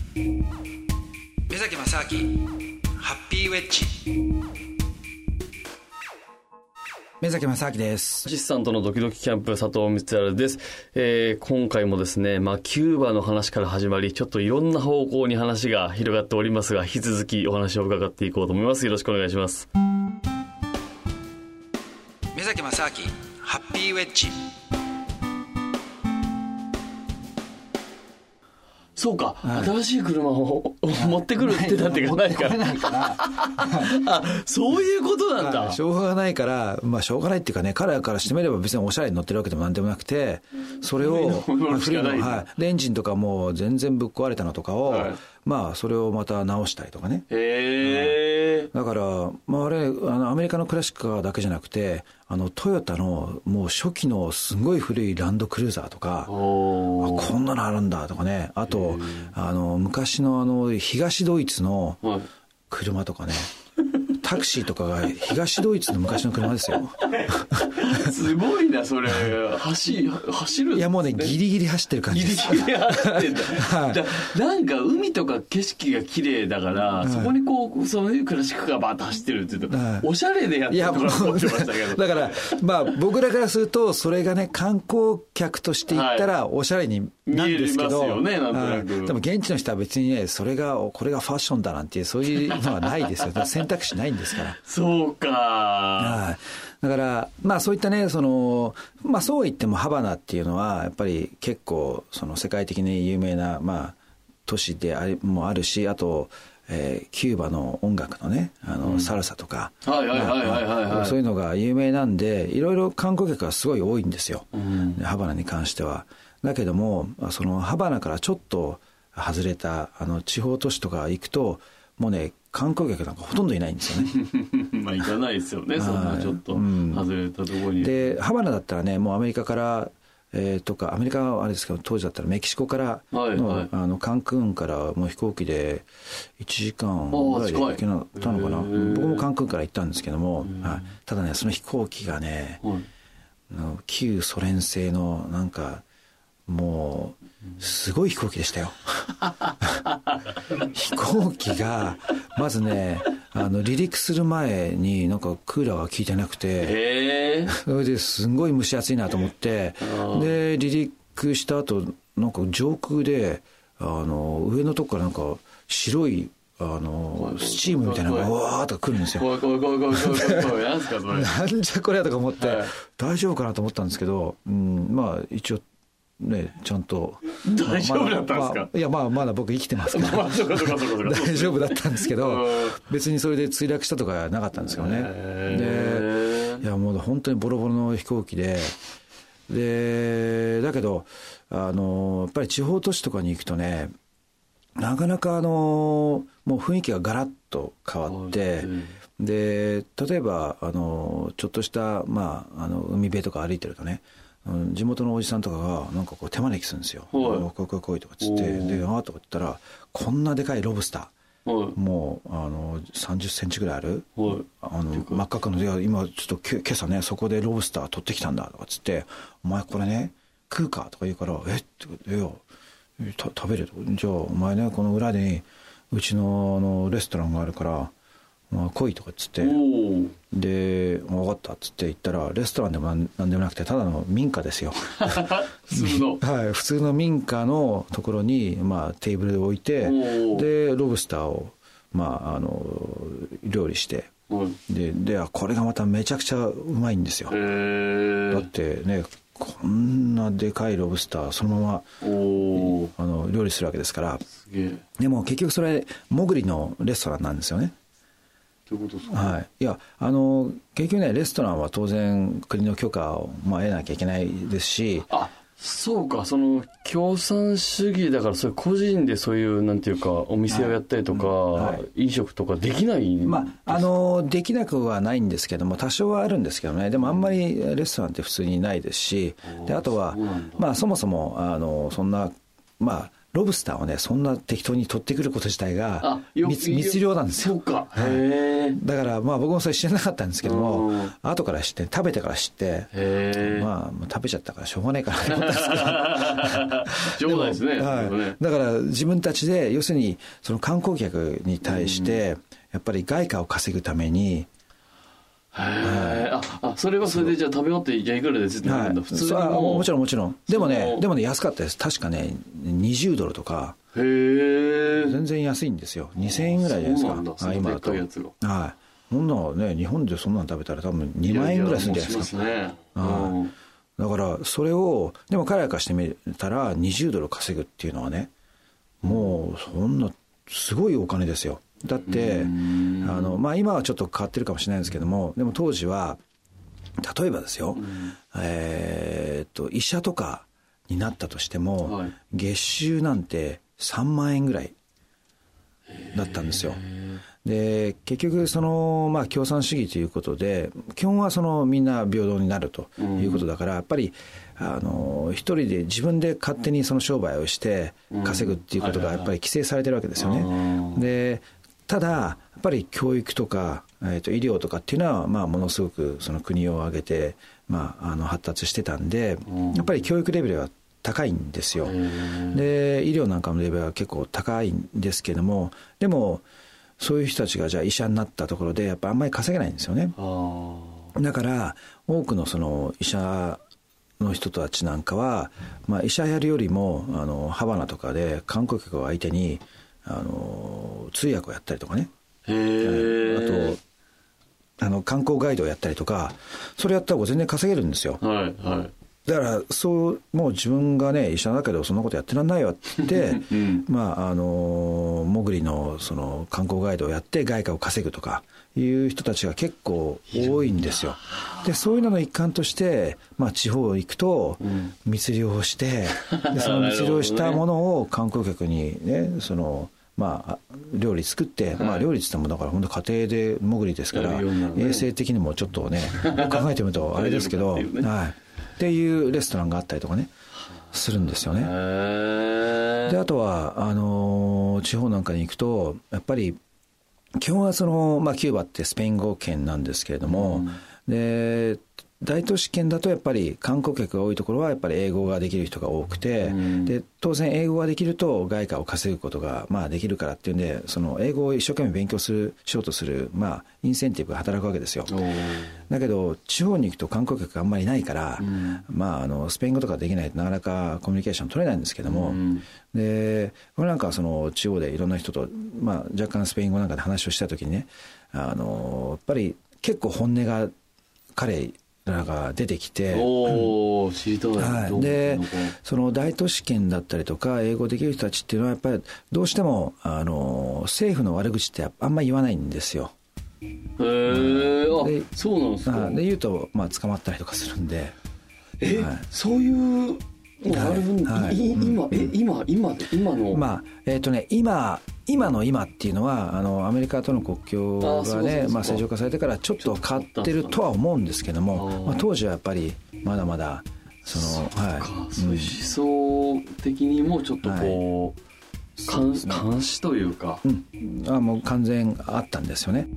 目崎正明ハッピーウェッジ。目崎正明です。 アシスタントのドキドキキャンプ佐藤光晴です。今回もですね、キューバの話から始まり、ちょっといろんな方向に話が広がっておりますが、引き続きお話を伺っていこうと思います。よろしくお願いします。 目崎正明ハッピーウェッジ。 そうか、はい、新しい車を持ってくるってだってがないからあ、そういうことなんだ。 しょうがないから、しょうがないっていうかね、彼らからしてみれば別におしゃれに乗ってるわけでもなんでもなくて、それを古いの、でエンジンとかも全然ぶっ壊れたのとかを、それをまた直したりとかね。だから、あれアメリカのクラシックカーだけじゃなくて、トヨタのもう初期のすごい古いランドクルーザーとか、こんなのあるんだとかね。あと昔の東ドイツの車とかね、タクシーとかが東ドイツの昔の車ですよすごいなそれ。走るんですね。 いやもうね、ギリギリ走ってる感じです。 ギリギリ走ってんだ、はい、なんか海とか景色が綺麗だから、はい、そこにこうそういうクラシックカーバーッと走ってるって言うと、はい、おしゃれでやってるとか思ってましたけどだから僕らからするとそれがね、観光客として行ったらおしゃれになんですけど、 見えますよね、なんとなく。 でも現地の人は別にね、これがファッションだなんていうそういうのはないですよ選択肢ないんですからそうか。 だからそういったね、そうは言ってもハバナっていうのはやっぱり結構世界的に有名な都市でもあるし、あとキューバの音楽のね、サルサとか、そういうのが有名なんで、いろいろ観光客がすごい多いんですよ、ハバナに関しては。だけどもそのハバナからちょっと外れた地方都市とか行くと、もうね、観光客なんかほとんどいないんですよね行かないですよね、そんなちょっと外れたところに。 でハバナだったらね、もうアメリカからとか、アメリカはあれですけど、当時だったらメキシコからの、カンクンからもう飛行機で1時間ぐらいで行けたのかな。僕もカンクンから行ったんですけども、ただね、その飛行機がね、旧ソ連製のなんかもうすごい飛行機でしたよ飛行機がまずね、離陸する前になんかクーラーが効いてなくて、それですごい蒸し暑いなと思って、で離陸した後なんか上空で上のとこからなんか白いスチームみたいなのがわーっと来るんですよ。 怖いなんすかそれ。 なんじゃこれやとか思って、大丈夫かなと思ったんですけど、一応ね、ちゃんと大丈夫だったんですか。 いやまだ僕生きてますから大丈夫だったんですけど、別にそれで墜落したとかなかったんですけどね。で、いやもう本当にボロボロの飛行機でだけどやっぱり地方都市とかに行くとね、なかなかもう雰囲気がガラッと変わって、で例えばちょっとした海辺とか歩いてるとね、地元のおじさんとかがなんかこう手招きするんですよ。来いとかっつって、でとか言ったら、こんなでかいロブスター、もう30センチぐらいある、真っ赤かの、今ちょっと今朝ね、そこでロブスター取ってきたんだとかっつって、お前これね食うかとか言うから、食べると、じゃあお前ね、この裏にうちのレストランがあるから来いとかっつって、で分かったっつって行ったら、レストランでもなんでもなくてただの民家ですよ普通の普通の民家のところにテーブルで置いて、でロブスターを料理して、でこれがまためちゃくちゃうまいんですよ。だってね、こんなでかいロブスターそのまま料理するわけですから。でも結局それ潜りのレストランなんですよね。 ということですか。 いや結局ね、レストランは当然国の許可を得なきゃいけないですし。 そうか、共産主義だから、それ個人でそういうなんていうかお店をやったりとか、飲食とかできないんですか。 できなくはないんですけども、多少はあるんですけどね。でもあんまりレストランって普通にないですし、であとはそもそもそんなロブスターをねそんな適当に取ってくること自体が密漁なんですよ。 そうか、へだからまあ僕もそれ知らなかったんですけども、後から知って、食べてから知って、まあ食べちゃったからしょうがないかなと思ったんですけどしょうがないですね。 はい、だから自分たちで要するにその観光客に対してやっぱり外貨を稼ぐために、 それはそれでじゃあ食べ終わってじゃあいくらですってなるんだ、普通にもちろんでもね安かったです。確かね20ドルとか、全然安いんですよ。2000円ぐらいじゃないですか。今だと、そんなね日本でそんなの食べたら多分2万円ぐらいするんじゃないですか。だからそれをでも彼らからしてみたら20ドル稼ぐっていうのはね、もうそんなすごいお金ですよ。だってまあ、今はちょっと変わってるかもしれないんですけども、でも当時は例えばですよ、医者とかになったとしても、月収なんて3万円ぐらいだったんですよ。で結局その、まあ、共産主義ということで基本はそのみんな平等になるということだから、やっぱり一人で自分で勝手にその商売をして稼ぐっていうことがやっぱり規制されてるわけですよね。でただやっぱり教育とか、医療とかっていうのは、まあ、ものすごくその国を挙げて、まあ、発達してたんで、やっぱり教育レベルは高いんですよ。で医療なんかのレベルは結構高いんですけども、でもそういう人たちがじゃあ医者になったところでやっぱあんまり稼げないんですよね。だから多くのその医者の人たちなんかは、まあ、医者やるよりもハバナとかで観光客を相手に通訳をやったりとかね、あと観光ガイドをやったりとか、それやった方が全然稼げるんですよ。だからもう自分がね医者だけどそんなことやってらんないわって言ってまあモグリのその観光ガイドをやって外貨を稼ぐとかいう人たちが結構多いんですよ。でそういうのの一環として、まあ、地方行くと密漁をして、でその密漁したものを観光客にねまあ、料理作って、まあ、料理って言ってもだから本当家庭でモグリですから、衛生的にもちょっとね考えてみるとあれですけど、っていうレストランがあったりとかねするんですよね。であとは地方なんかに行くとやっぱり基本はまあ、キューバってスペイン語圏なんですけれども、で大都市圏だとやっぱり観光客が多いところはやっぱり英語ができる人が多くて、で当然英語ができると外貨を稼ぐことがまあできるからっていうんで、その英語を一生懸命勉強しようとする、まあ、インセンティブが働くわけですよ。だけど地方に行くと観光客があんまりいないから、まあ、スペイン語とかできないとなかなかコミュニケーション取れないんですけども、でこれなんかはその地方でいろんな人と、まあ、若干スペイン語なんかで話をした時にね、やっぱり結構本音が彼が出てきて、 知りたい。 でその大都市圏だったりとか英語できる人たちっていうのはやっぱりどうしても政府の悪口ってあんまり言わないんですよ。 そうなんですか。 で言うと、まあ、捕まったりとかするんで、 そういうのあるんだ。今のまあ今の今っていうのはアメリカとの国境がね、まあ、正常化されてからちょっと変わってるとは思うんですけども、まあ、当時はやっぱりまだまだそういう思想的にもちょっとこう、監視というか、 もう完全あったんですよね。